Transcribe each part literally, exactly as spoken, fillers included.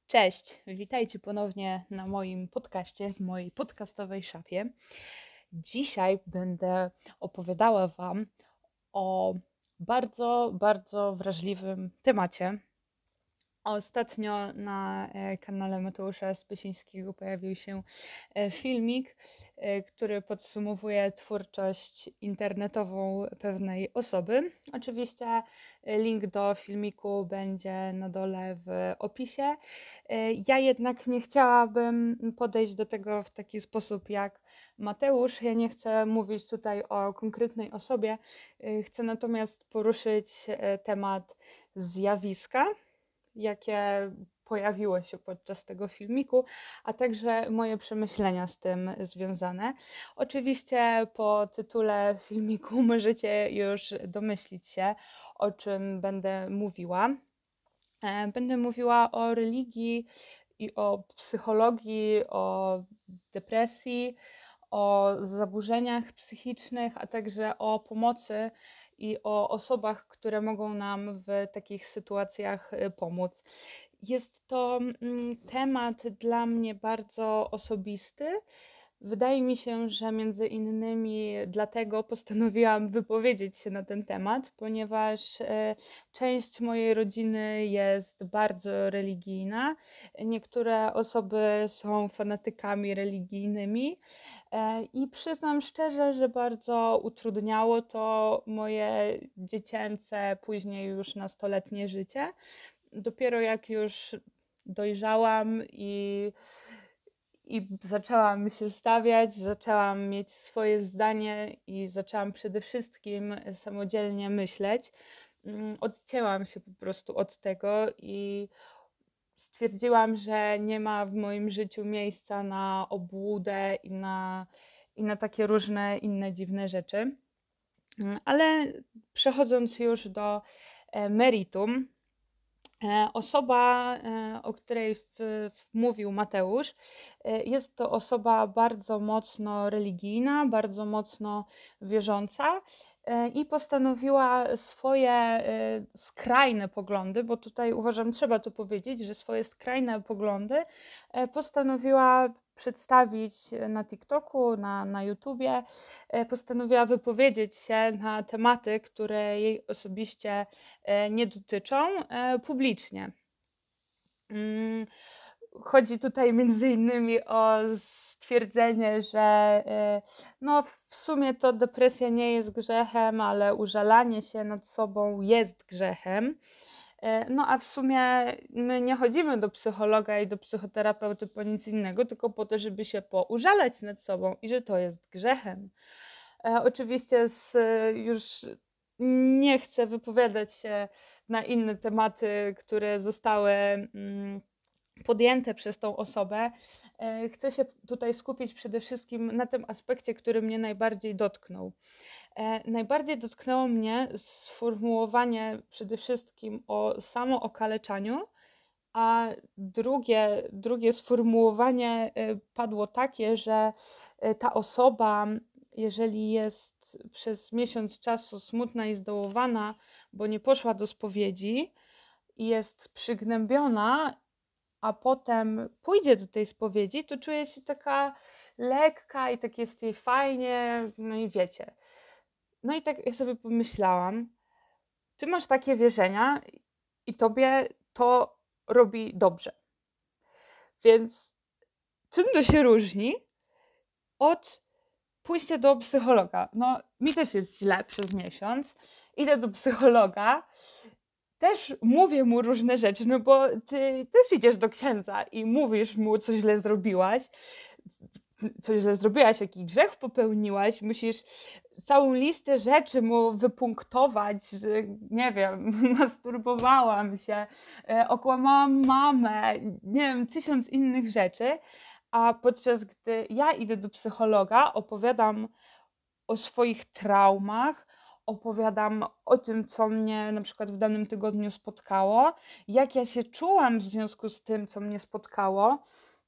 Cześć, witajcie ponownie na moim podcaście, w mojej podcastowej szafie. Dzisiaj będę opowiadała Wam o bardzo, bardzo wrażliwym temacie. Ostatnio na e, kanale Mateusza Spysińskiego pojawił się e, filmik, e, który podsumowuje twórczość internetową pewnej osoby. Oczywiście e, link do filmiku będzie na dole w opisie. E, Ja jednak nie chciałabym podejść do tego w taki sposób jak Mateusz. Ja nie chcę mówić tutaj o konkretnej osobie. E, Chcę natomiast poruszyć e, temat zjawiska, jakie pojawiło się podczas tego filmiku, a także moje przemyślenia z tym związane. Oczywiście po tytule filmiku możecie już domyślić się, o czym będę mówiła. E, Będę mówiła o religii i o psychologii, o depresji, o zaburzeniach psychicznych, a także o pomocy i o osobach, które mogą nam w takich sytuacjach y, pomóc. Jest to mm, temat dla mnie bardzo osobisty. Wydaje mi się, że między innymi dlatego postanowiłam wypowiedzieć się na ten temat, ponieważ e, część mojej rodziny jest bardzo religijna. Niektóre osoby są fanatykami religijnymi e, i przyznam szczerze, że bardzo utrudniało to moje dziecięce, później już nastoletnie życie. Dopiero jak już dojrzałam i i zaczęłam się stawiać, zaczęłam mieć swoje zdanie i zaczęłam przede wszystkim samodzielnie myśleć. Mm, Odcięłam się po prostu od tego i stwierdziłam, że nie ma w moim życiu miejsca na obłudę i na, i na takie różne inne dziwne rzeczy. Mm, Ale przechodząc już do e, meritum, E, Osoba, e, o której w, w mówił Mateusz, e, jest to osoba bardzo mocno religijna, bardzo mocno wierząca e, i postanowiła swoje e, skrajne poglądy, bo tutaj uważam, trzeba to powiedzieć, że swoje skrajne poglądy e, postanowiła przedstawić na TikToku, na, na YouTubie, e, postanowiła wypowiedzieć się na tematy, które jej osobiście e, nie dotyczą, e, publicznie. Mm, Chodzi tutaj między innymi o stwierdzenie, że e, no w sumie to depresja nie jest grzechem, ale użalanie się nad sobą jest grzechem. E, No a w sumie my nie chodzimy do psychologa i do psychoterapeuty po nic innego, tylko po to, żeby się poużalać nad sobą i że to jest grzechem. E, Oczywiście z, już nie chcę wypowiadać się na inne tematy, które zostały mm, podjęte przez tą osobę. E, Chcę się tutaj skupić przede wszystkim na tym aspekcie, który mnie najbardziej dotknął. E, Najbardziej dotknęło mnie sformułowanie przede wszystkim o samookaleczaniu, a drugie, drugie sformułowanie e, padło takie, że e, ta osoba, jeżeli jest przez miesiąc czasu smutna i zdołowana, bo nie poszła do spowiedzi i jest przygnębiona, a potem pójdzie do tej spowiedzi, to czuje się taka lekka i tak jest jej fajnie, no i wiecie. No i tak ja sobie pomyślałam, ty masz takie wierzenia i tobie to robi dobrze. Więc czym to się różni od pójścia do psychologa? No, mi też jest źle przez miesiąc, idę do psychologa, też mówię mu różne rzeczy, no bo ty też idziesz do księdza i mówisz mu, co źle zrobiłaś, co źle zrobiłaś, jaki grzech popełniłaś, musisz całą listę rzeczy mu wypunktować, że nie wiem, masturbowałam się, e, okłamałam mamę, nie wiem, tysiąc innych rzeczy, a podczas gdy ja idę do psychologa, opowiadam o swoich traumach, opowiadam o tym, co mnie na przykład w danym tygodniu spotkało, jak ja się czułam w związku z tym, co mnie spotkało.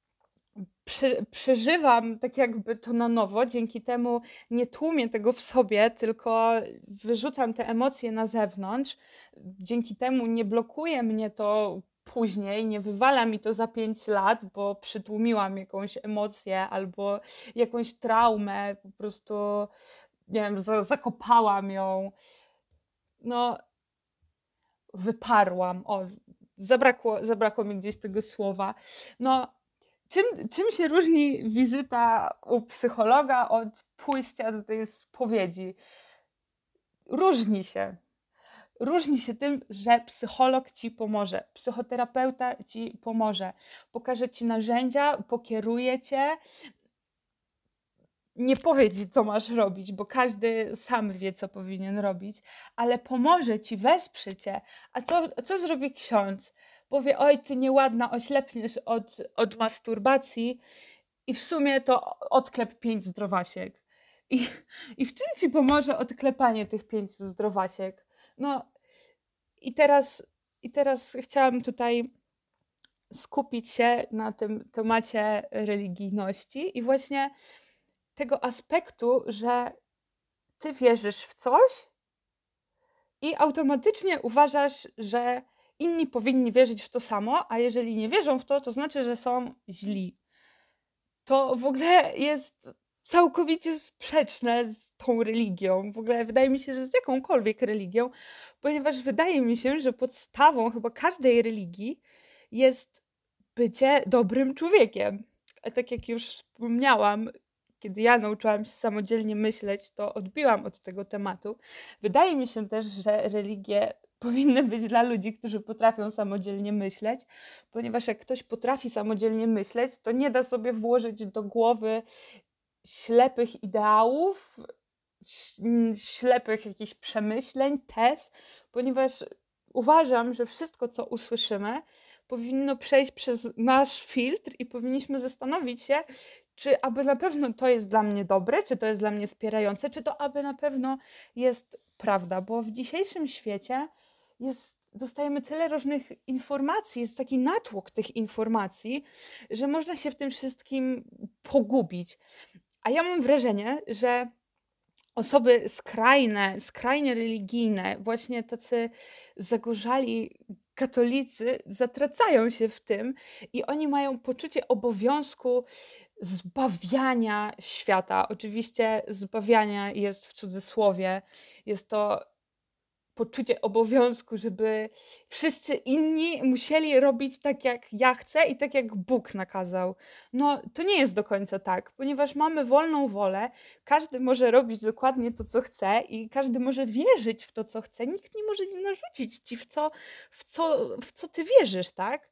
Prze przeżywam tak jakby to na nowo, dzięki temu nie tłumię tego w sobie, tylko wyrzucam te emocje na zewnątrz. Dzięki temu nie blokuje mnie to później, nie wywala mi to za pięć lat, bo przytłumiłam jakąś emocję albo jakąś traumę, po prostu, nie wiem, za- zakopałam ją, no wyparłam, o, zabrakło, zabrakło mi gdzieś tego słowa. No, czym, czym się różni wizyta u psychologa od pójścia do tej spowiedzi? Różni się. Różni się tym, że psycholog ci pomoże, psychoterapeuta ci pomoże, pokaże ci narzędzia, pokieruje cię, nie powie ci, co masz robić, bo każdy sam wie, co powinien robić, ale pomoże ci, wesprze cię. A co, co zrobi ksiądz? Powie, oj, ty nieładna, oślepniesz od, od masturbacji i w sumie to odklep pięć zdrowasiek. I, I w czym ci pomoże odklepanie tych pięć zdrowasiek? No i teraz, i teraz chciałam tutaj skupić się na tym temacie religijności i właśnie tego aspektu, że ty wierzysz w coś i automatycznie uważasz, że inni powinni wierzyć w to samo, a jeżeli nie wierzą w to, to znaczy, że są źli. To w ogóle jest całkowicie sprzeczne z tą religią. W ogóle wydaje mi się, że z jakąkolwiek religią, ponieważ wydaje mi się, że podstawą chyba każdej religii jest bycie dobrym człowiekiem. A tak jak już wspomniałam, kiedy ja nauczyłam się samodzielnie myśleć, to odbiłam od tego tematu. Wydaje mi się też, że religie powinny być dla ludzi, którzy potrafią samodzielnie myśleć, ponieważ jak ktoś potrafi samodzielnie myśleć, to nie da sobie włożyć do głowy ślepych ideałów, ślepych jakichś przemyśleń, tez, ponieważ uważam, że wszystko, co usłyszymy, powinno przejść przez nasz filtr i powinniśmy zastanowić się, czy aby na pewno to jest dla mnie dobre, czy to jest dla mnie wspierające, czy to aby na pewno jest prawda, bo w dzisiejszym świecie jest, dostajemy tyle różnych informacji, jest taki natłok tych informacji, że można się w tym wszystkim pogubić. A ja mam wrażenie, że osoby skrajne, skrajnie religijne, właśnie tacy zagorzali katolicy, zatracają się w tym i oni mają poczucie obowiązku zbawiania świata. Oczywiście zbawiania jest w cudzysłowie. Jest to poczucie obowiązku, żeby wszyscy inni musieli robić tak, jak ja chcę i tak, jak Bóg nakazał. No, to nie jest do końca tak, ponieważ mamy wolną wolę, każdy może robić dokładnie to, co chce i każdy może wierzyć w to, co chce. Nikt nie może narzucić ci, w co, w co, w co ty wierzysz, tak?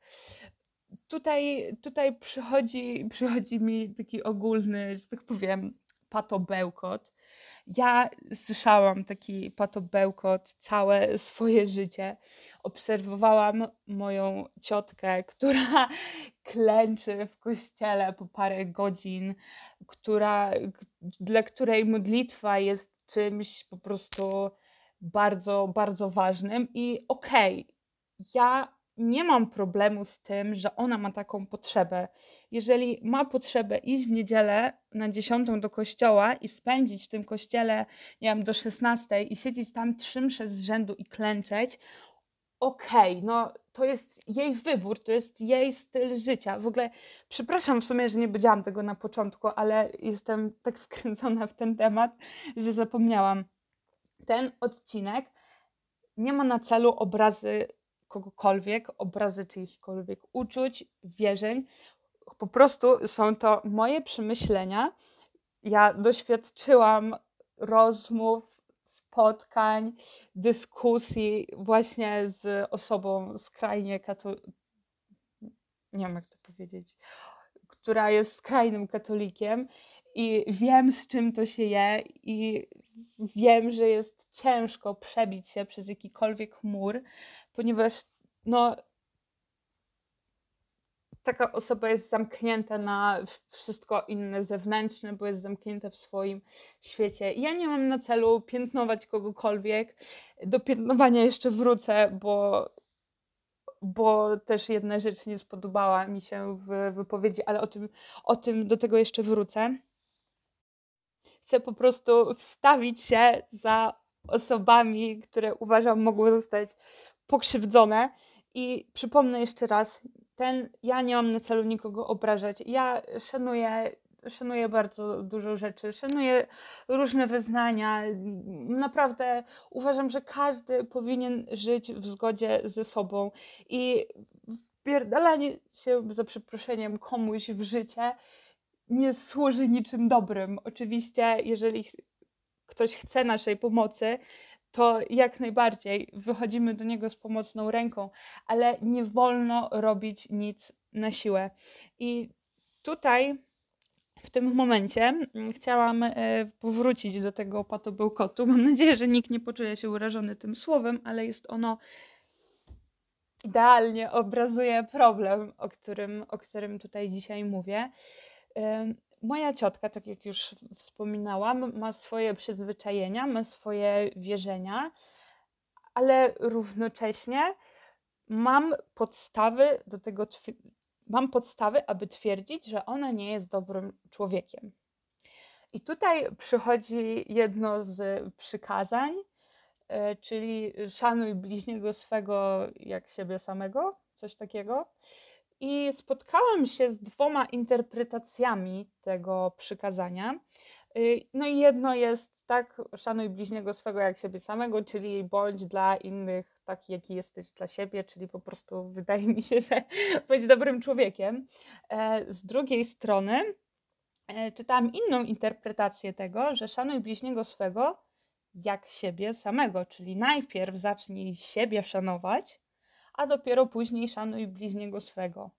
Tutaj, tutaj przychodzi, przychodzi mi taki ogólny, że tak powiem, patobełkot. Ja słyszałam taki patobełkot całe swoje życie. Obserwowałam moją ciotkę, która klęczy w kościele po parę godzin, która, dla której modlitwa jest czymś po prostu bardzo, bardzo ważnym. I okej, ja nie mam problemu z tym, że ona ma taką potrzebę. Jeżeli ma potrzebę iść w niedzielę na dziesiątą do kościoła i spędzić w tym kościele, nie wiem, do szesnastej i siedzieć tam trzy msze z rzędu i klęczeć, okej, no to jest jej wybór, to jest jej styl życia. W ogóle przepraszam w sumie, że nie powiedziałam tego na początku, ale jestem tak wkręcona w ten temat, że zapomniałam. Ten odcinek nie ma na celu obrazy kogokolwiek, obrazy czyichkolwiek uczuć, wierzeń. Po prostu są to moje przemyślenia. Ja doświadczyłam rozmów, spotkań, dyskusji właśnie z osobą skrajnie katolikiem, nie wiem jak to powiedzieć, która jest skrajnym katolikiem i wiem, z czym to się je i wiem, że jest ciężko przebić się przez jakikolwiek mur, ponieważ no, taka osoba jest zamknięta na wszystko inne zewnętrzne, bo jest zamknięta w swoim świecie. I ja nie mam na celu piętnować kogokolwiek. Do piętnowania jeszcze wrócę, bo, bo też jedna rzecz nie spodobała mi się w wypowiedzi, ale o tym, o tym do tego jeszcze wrócę. Chcę po prostu wstawić się za osobami, które uważam mogły zostać pokrzywdzone I przypomnę jeszcze raz, ten, ja nie mam na celu nikogo obrażać. Ja szanuję, szanuję bardzo dużo rzeczy, szanuję różne wyznania. Naprawdę uważam, że każdy powinien żyć w zgodzie ze sobą i wpierdalanie się, za przeproszeniem, komuś w życie nie służy niczym dobrym. Oczywiście, jeżeli ch- ktoś chce naszej pomocy, to jak najbardziej wychodzimy do niego z pomocną ręką, ale nie wolno robić nic na siłę. I tutaj w tym momencie mm, chciałam e, powrócić do tego patobełkotu. Mam nadzieję, że nikt nie poczuje się urażony tym słowem, ale jest ono idealnie obrazuje problem, o którym, o którym tutaj dzisiaj mówię. Ym, Moja ciotka, tak jak już w- wspominałam, ma swoje przyzwyczajenia, ma swoje wierzenia, ale równocześnie mam podstawy do tego, twi- mam podstawy, aby twierdzić, że ona nie jest dobrym człowiekiem. I tutaj przychodzi jedno z przykazań, e, czyli szanuj bliźniego swego jak siebie samego, coś takiego. I spotkałam się z dwoma interpretacjami tego przykazania. Y, No i jedno jest tak, szanuj bliźniego swego jak siebie samego, czyli bądź dla innych taki, jaki jesteś dla siebie, czyli po prostu wydaje mi się, że bądź dobrym człowiekiem. E, Z drugiej strony e, czytałam inną interpretację tego, że szanuj bliźniego swego jak siebie samego, czyli najpierw zacznij siebie szanować, a dopiero później szanuj bliźniego swego.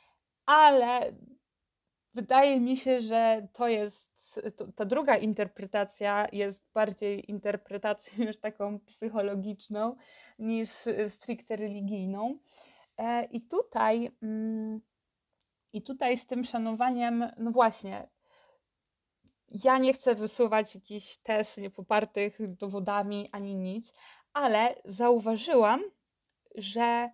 Ale wydaje mi się, że to jest, to, ta druga interpretacja jest bardziej interpretacją już taką psychologiczną niż stricte religijną. E, I tutaj, mm, i tutaj z tym szanowaniem, no właśnie, ja nie chcę wysuwać jakichś tez niepopartych dowodami ani nic, ale zauważyłam, że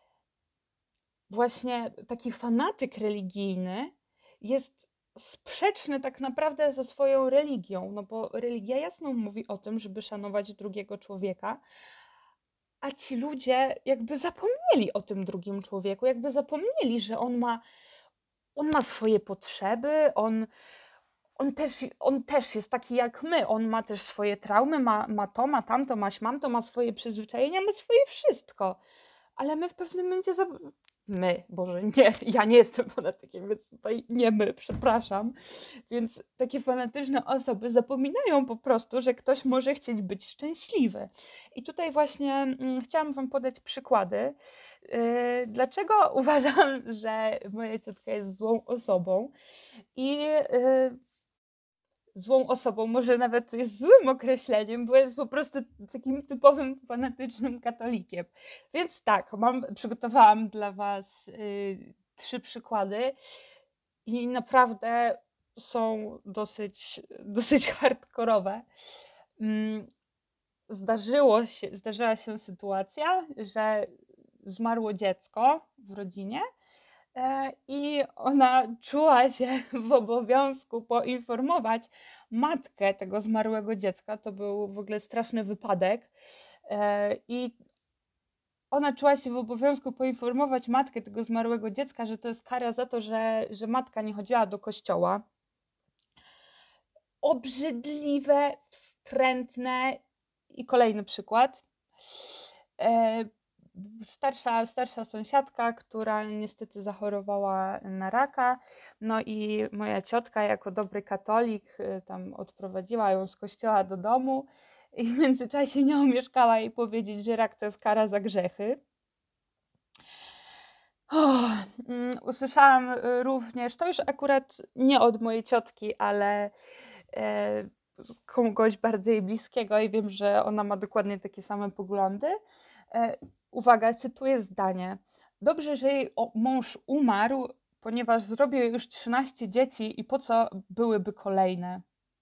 właśnie taki fanatyk religijny jest sprzeczny tak naprawdę ze swoją religią, no bo religia jasno mówi o tym, żeby szanować drugiego człowieka, a ci ludzie jakby zapomnieli o tym drugim człowieku, jakby zapomnieli, że on ma, on ma swoje potrzeby, on, on, też, on też jest taki jak my, on ma też swoje traumy, ma, ma to, ma tamto, ma śmamto, ma swoje przyzwyczajenia, ma swoje wszystko. Ale my w pewnym momencie zab- my, Boże, nie, ja nie jestem fanatykiem, więc tutaj nie my, przepraszam. Więc takie fanatyczne osoby zapominają po prostu, że ktoś może chcieć być szczęśliwy. I tutaj właśnie mm, chciałam Wam podać przykłady, yy, dlaczego uważam, że moja ciotka jest złą osobą. I yy, złą osobą, może nawet jest złym określeniem, bo jest po prostu takim typowym fanatycznym katolikiem. Więc tak, mam, przygotowałam dla Was y, trzy przykłady i naprawdę są dosyć, dosyć hardkorowe. Mm, Zdarzyło się, zdarzyła się sytuacja, że zmarło dziecko w rodzinie. E, I ona czuła się w obowiązku poinformować matkę tego zmarłego dziecka. To był w ogóle straszny wypadek. E, I ona czuła się w obowiązku poinformować matkę tego zmarłego dziecka, że to jest kara za to, że, że matka nie chodziła do kościoła. Obrzydliwe, wstrętne. I kolejny przykład. E, Starsza, starsza sąsiadka, która niestety zachorowała na raka, no i moja ciotka jako dobry katolik y, tam odprowadziła ją z kościoła do domu i w międzyczasie nie omieszkała jej powiedzieć, że rak to jest kara za grzechy. O, mm, usłyszałam y, również, to już akurat nie od mojej ciotki, ale e, kogoś bardziej bliskiego i wiem, że ona ma dokładnie takie same poglądy. E, Uwaga, cytuję zdanie. Dobrze, że jej o- mąż umarł, ponieważ zrobił już trzynaście dzieci i po co byłyby kolejne?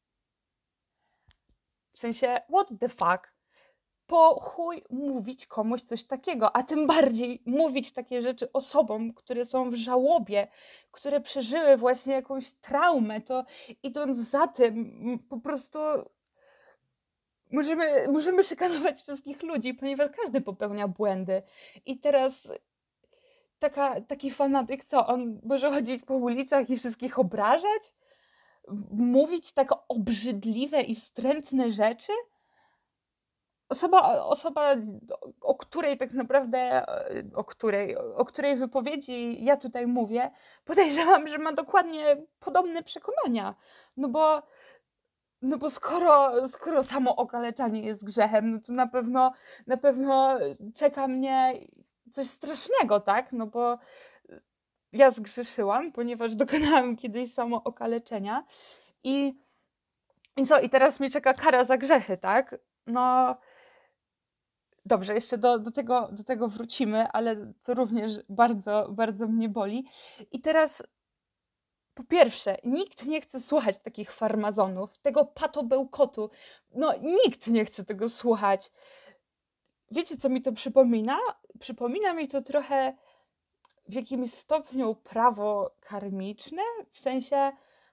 W sensie, what the fuck? Po chuj mówić komuś coś takiego, a tym bardziej mówić takie rzeczy osobom, które są w żałobie, które przeżyły właśnie jakąś traumę, to idąc za tym, m, po prostu możemy, możemy szykanować wszystkich ludzi, ponieważ każdy popełnia błędy. I teraz taka, taki fanatyk, co, on może chodzić po ulicach i wszystkich obrażać? Mówić tak obrzydliwe i wstrętne rzeczy? Osoba, osoba, o której tak naprawdę, o której, o której wypowiedzi ja tutaj mówię, podejrzewam, że ma dokładnie podobne przekonania. No bo, no bo skoro, skoro samo okaleczanie jest grzechem, no to na pewno, na pewno czeka mnie coś strasznego, tak? No bo ja zgrzeszyłam, ponieważ dokonałam kiedyś samo okaleczenia i, i co? I teraz mnie czeka kara za grzechy, tak? No... Dobrze, jeszcze do, do, tego, do tego wrócimy, ale to również bardzo, bardzo mnie boli. I teraz po pierwsze, nikt nie chce słuchać takich farmazonów, tego patobełkotu. No, nikt nie chce tego słuchać. Wiecie, co mi to przypomina? Przypomina mi to trochę w jakimś stopniu prawo karmiczne, w sensie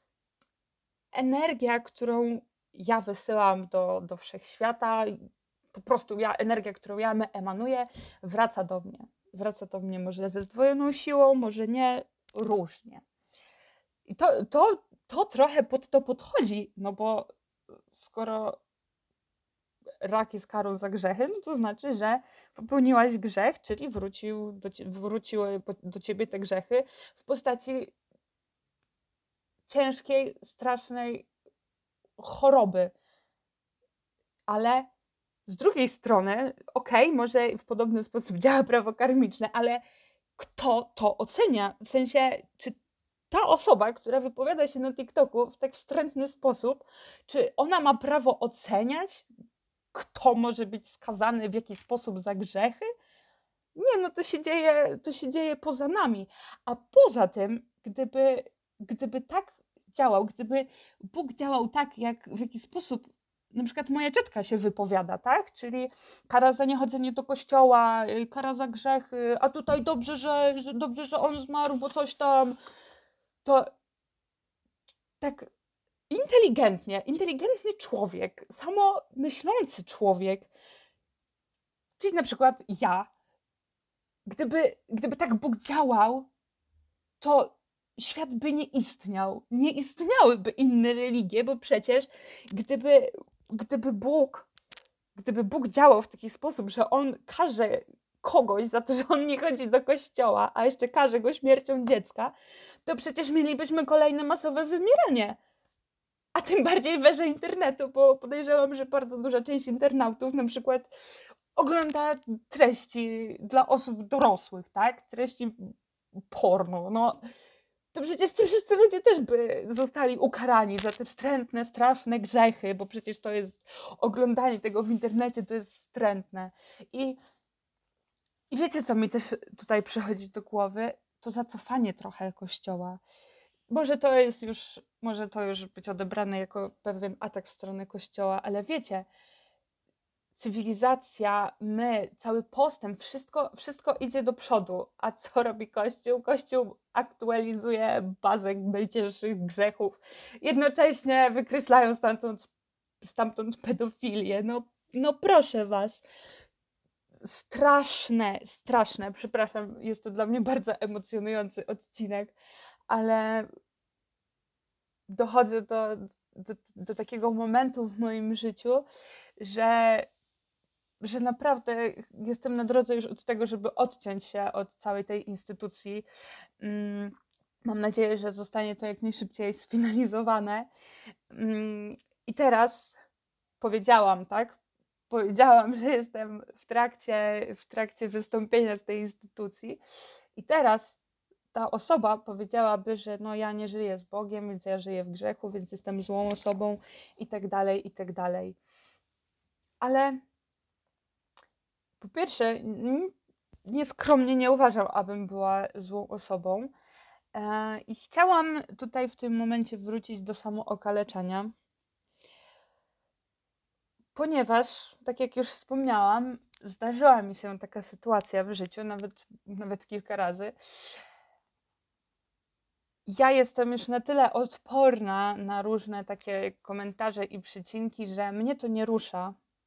energia, którą ja wysyłam do, do wszechświata, po prostu ja, energia, którą ja emanuję, wraca do mnie. Wraca do mnie może ze zdwojoną siłą, może nie, różnie. I to, to, to trochę pod to podchodzi, no bo skoro rak jest karą za grzechy, no to znaczy, że popełniłaś grzech, czyli wrócił do, wróciły do ciebie te grzechy w postaci ciężkiej, strasznej choroby. Ale z drugiej strony, okej, okay, może w podobny sposób działa prawo karmiczne, ale kto to ocenia? W sensie, czy ta osoba, która wypowiada się na TikToku w tak wstrętny sposób, czy ona ma prawo oceniać, kto może być skazany w jaki sposób za grzechy? Nie, no to się dzieje, to się dzieje poza nami. A poza tym, gdyby, gdyby tak działał, gdyby Bóg działał tak, jak w jaki sposób na przykład moja ciotka się wypowiada, tak? Czyli kara za niechodzenie do kościoła, kara za grzechy, a tutaj dobrze, że, że dobrze, że on zmarł, bo coś tam. To tak inteligentnie, inteligentny człowiek, samo myślący człowiek, czyli na przykład ja, gdyby, gdyby tak Bóg działał, to świat by nie istniał. Nie istniałyby inne religie, bo przecież gdyby, gdyby Bóg, gdyby Bóg działał w taki sposób, że On karze kogoś za to, że on nie chodzi do kościoła, a jeszcze karze go śmiercią dziecka, to przecież mielibyśmy kolejne masowe wymieranie. A tym bardziej w erze internetu, bo podejrzewam, że bardzo duża część internautów na przykład ogląda treści dla osób dorosłych, tak? Treści porno. No, to przecież ci wszyscy ludzie też by zostali ukarani za te wstrętne, straszne grzechy, bo przecież to jest oglądanie tego w internecie, to jest wstrętne. I, i wiecie, co mi też tutaj przychodzi do głowy? To zacofanie trochę Kościoła. Może to jest już, może to już być odebrane jako pewien atak w stronę Kościoła, ale wiecie, cywilizacja, my, cały postęp, wszystko, wszystko idzie do przodu. A co robi Kościół? Kościół aktualizuje bazę najcięższych grzechów, jednocześnie wykreślają stamtąd, stamtąd pedofilię. No, no proszę was. Straszne, straszne, przepraszam, jest to dla mnie bardzo emocjonujący odcinek, ale dochodzę do, do, do takiego momentu w moim życiu, że, że naprawdę jestem na drodze już od tego, żeby odciąć się od całej tej instytucji. Mm, mam nadzieję, że zostanie to jak najszybciej sfinalizowane. Mm, I teraz powiedziałam, tak? Powiedziałam, że jestem w trakcie, w trakcie wystąpienia z tej instytucji. I teraz ta osoba powiedziałaby, że no ja nie żyję z Bogiem, więc ja żyję w grzechu, więc jestem złą osobą i tak dalej, i tak dalej. Ale po pierwsze, nieskromnie nie uważam, abym była złą osobą. I chciałam tutaj w tym momencie wrócić do samookaleczenia, ponieważ, tak jak już wspomniałam, zdarzyła mi się taka sytuacja w życiu, nawet, nawet kilka razy. Ja jestem już na tyle odporna na różne takie komentarze i przycinki, że mnie to nie rusza.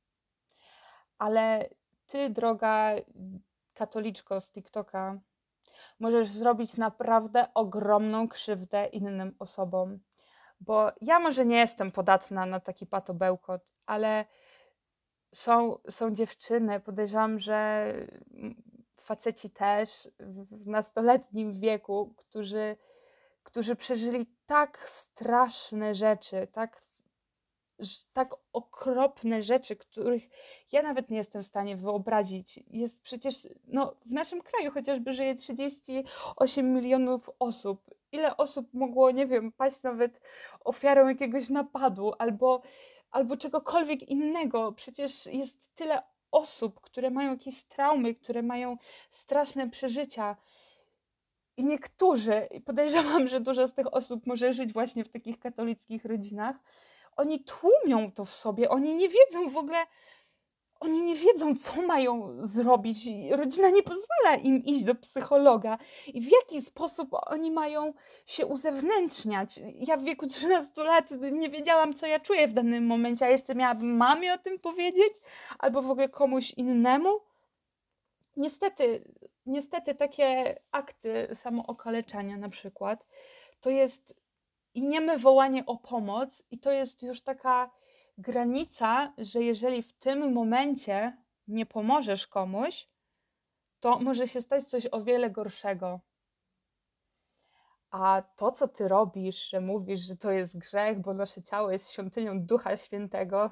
ale ty, droga katoliczko z TikToka, możesz zrobić naprawdę ogromną krzywdę innym osobom. Bo ja może nie jestem podatna na taki patobełkot, ale są, są dziewczyny, podejrzewam, że faceci też w nastoletnim wieku, którzy, którzy przeżyli tak straszne rzeczy, tak, tak okropne rzeczy, których ja nawet nie jestem w stanie wyobrazić. Jest przecież, no, w naszym kraju chociażby żyje trzydzieści osiem milionów osób. Ile osób mogło, nie wiem, paść nawet ofiarą jakiegoś napadu albo, albo czegokolwiek innego? Przecież jest tyle osób, które mają jakieś traumy, które mają straszne przeżycia. I niektórzy, podejrzewam, że dużo z tych osób może żyć właśnie w takich katolickich rodzinach, oni tłumią to w sobie, oni nie wiedzą w ogóle, oni nie wiedzą, co mają zrobić. Rodzina nie pozwala im iść do psychologa. I w jaki sposób oni mają się uzewnętrzniać? Ja w wieku trzynastu lat nie wiedziałam, co ja czuję w danym momencie, a jeszcze miałabym mamie o tym powiedzieć, albo w ogóle komuś innemu. Niestety, niestety takie akty samookaleczania na przykład, to jest i nieme wołanie o pomoc, i to jest już taka granica, że jeżeli w tym momencie nie pomożesz komuś, to może się stać coś o wiele gorszego. A to, co ty robisz, że mówisz, że to jest grzech, bo nasze ciało jest świątynią Ducha Świętego,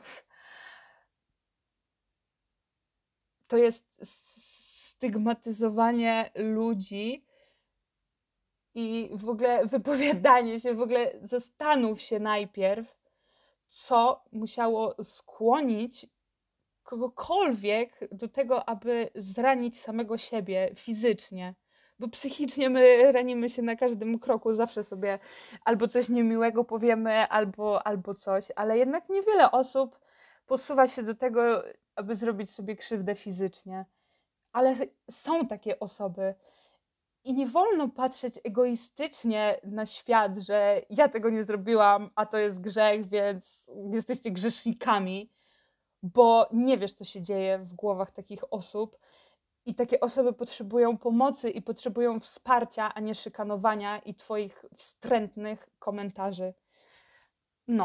to jest stygmatyzowanie ludzi i w ogóle wypowiadanie się, w ogóle zastanów się najpierw, co musiało skłonić kogokolwiek do tego, aby zranić samego siebie fizycznie. Bo psychicznie my ranimy się na każdym kroku, zawsze sobie albo coś niemiłego powiemy, albo, albo coś, ale jednak niewiele osób posuwa się do tego, aby zrobić sobie krzywdę fizycznie. Ale są takie osoby. I nie wolno patrzeć egoistycznie na świat, że ja tego nie zrobiłam, a to jest grzech, więc jesteście grzesznikami, bo nie wiesz, co się dzieje w głowach takich osób. I takie osoby potrzebują pomocy i potrzebują wsparcia, a nie szykanowania i twoich wstrętnych komentarzy. No.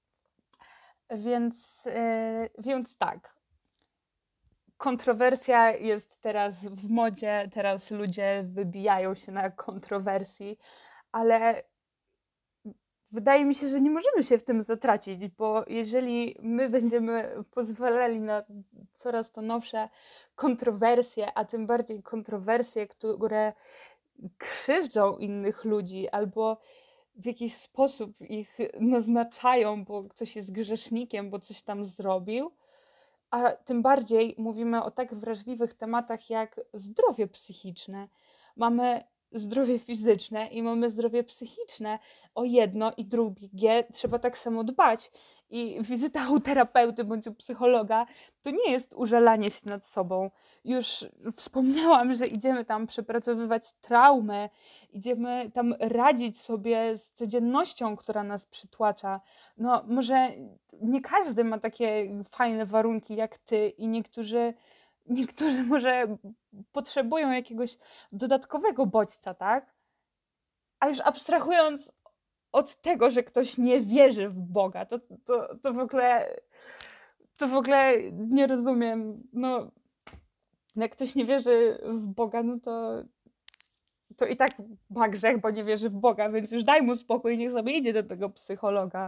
Więc, yy, więc tak. Kontrowersja jest teraz w modzie, teraz ludzie wybijają się na kontrowersji, ale wydaje mi się, że nie możemy się w tym zatracić, bo jeżeli my będziemy pozwalali na coraz to nowsze kontrowersje, a tym bardziej kontrowersje, które krzywdzą innych ludzi albo w jakiś sposób ich naznaczają, bo ktoś jest grzesznikiem, bo coś tam zrobił, a tym bardziej mówimy o tak wrażliwych tematach jak zdrowie psychiczne. Mamy zdrowie fizyczne i mamy zdrowie psychiczne. O jedno i drugie trzeba tak samo dbać. I wizyta u terapeuty bądź u psychologa to nie jest użalanie się nad sobą. Już wspomniałam, że idziemy tam przepracowywać traumę, idziemy tam radzić sobie z codziennością, która nas przytłacza. No może nie każdy ma takie fajne warunki jak ty i niektórzy, niektórzy może potrzebują jakiegoś dodatkowego bodźca, tak? A już abstrahując od tego, że ktoś nie wierzy w Boga, to, to, to w ogóle to w ogóle nie rozumiem. No, jak ktoś nie wierzy w Boga, no to to i tak ma grzech, bo nie wierzy w Boga, więc już daj mu spokój, niech sobie idzie do tego psychologa.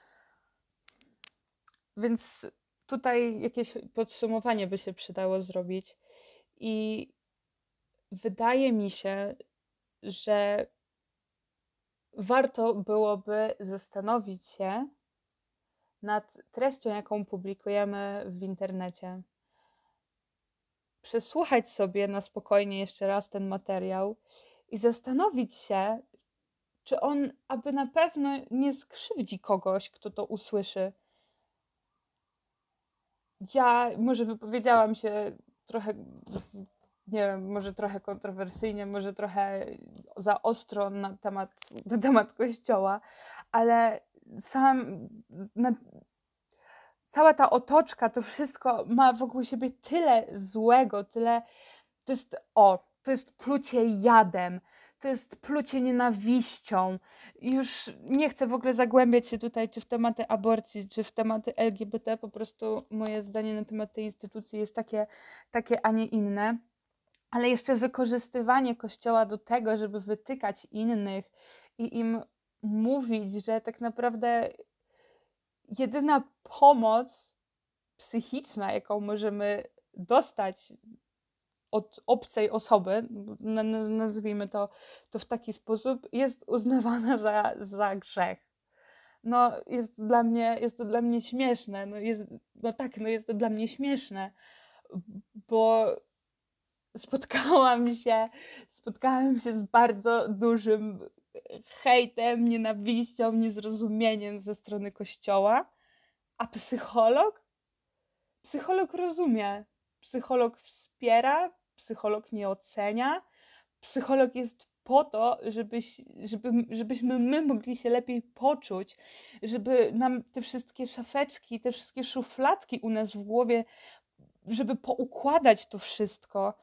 Więc tutaj jakieś podsumowanie by się przydało zrobić. I wydaje mi się, że warto byłoby zastanowić się nad treścią, jaką publikujemy w internecie. Przesłuchać sobie na spokojnie jeszcze raz ten materiał i zastanowić się, czy on aby na pewno nie skrzywdzi kogoś, kto to usłyszy. Ja może wypowiedziałam się trochę, nie wiem, może trochę kontrowersyjnie, może trochę za ostro na temat, na temat Kościoła, ale sam na, cała ta otoczka, to wszystko ma wokół siebie tyle złego, tyle, to jest, o, to jest plucie jadem, to jest plucie nienawiścią. Już nie chcę w ogóle zagłębiać się tutaj, czy w tematy aborcji, czy w tematy L G B T, po prostu moje zdanie na temat tej instytucji jest takie, takie a nie inne. Ale jeszcze wykorzystywanie Kościoła do tego, żeby wytykać innych i im mówić, że tak naprawdę jedyna pomoc psychiczna, jaką możemy dostać od obcej osoby, nazwijmy to, to w taki sposób, jest uznawana za, za grzech. No, jest dla mnie, jest to dla mnie śmieszne. No, jest, no tak, no jest to dla mnie śmieszne, bo spotkałam się, spotkałam się z bardzo dużym hejtem, nienawiścią, niezrozumieniem ze strony Kościoła, a psycholog? Psycholog rozumie, psycholog wspiera, psycholog nie ocenia, psycholog jest po to, żebyś, żeby, żebyśmy my mogli się lepiej poczuć, żeby nam te wszystkie szafeczki, te wszystkie szufladki u nas w głowie, żeby poukładać to wszystko.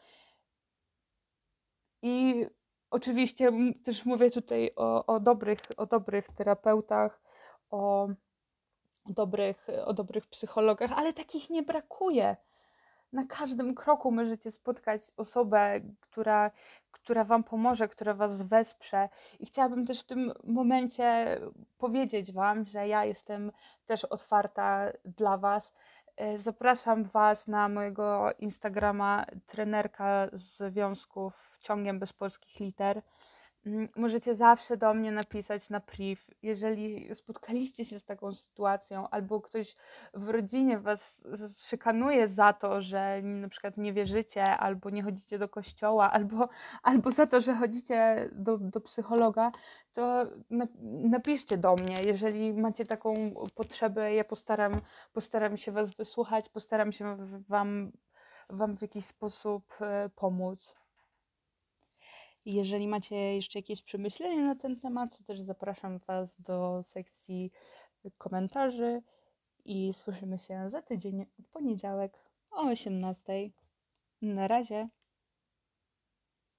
I oczywiście też mówię tutaj o, o, dobrych, o dobrych terapeutach, o dobrych, o dobrych psychologach, ale takich nie brakuje. Na każdym kroku możecie spotkać osobę, która, która wam pomoże, która was wesprze. I chciałabym też w tym momencie powiedzieć wam, że ja jestem też otwarta dla was. Zapraszam was na mojego Instagrama trenerka związków ciągiem bez polskich liter. Możecie zawsze do mnie napisać na priv, jeżeli spotkaliście się z taką sytuacją, albo ktoś w rodzinie was szykanuje za to, że na przykład nie wierzycie, albo nie chodzicie do kościoła, albo, albo za to, że chodzicie do, do psychologa, to napiszcie do mnie, jeżeli macie taką potrzebę. Ja postaram, postaram się was wysłuchać, postaram się wam, wam w jakiś sposób pomóc. Jeżeli macie jeszcze jakieś przemyślenia na ten temat, to też zapraszam was do sekcji komentarzy i słyszymy się za tydzień w poniedziałek o osiemnastej. Na razie.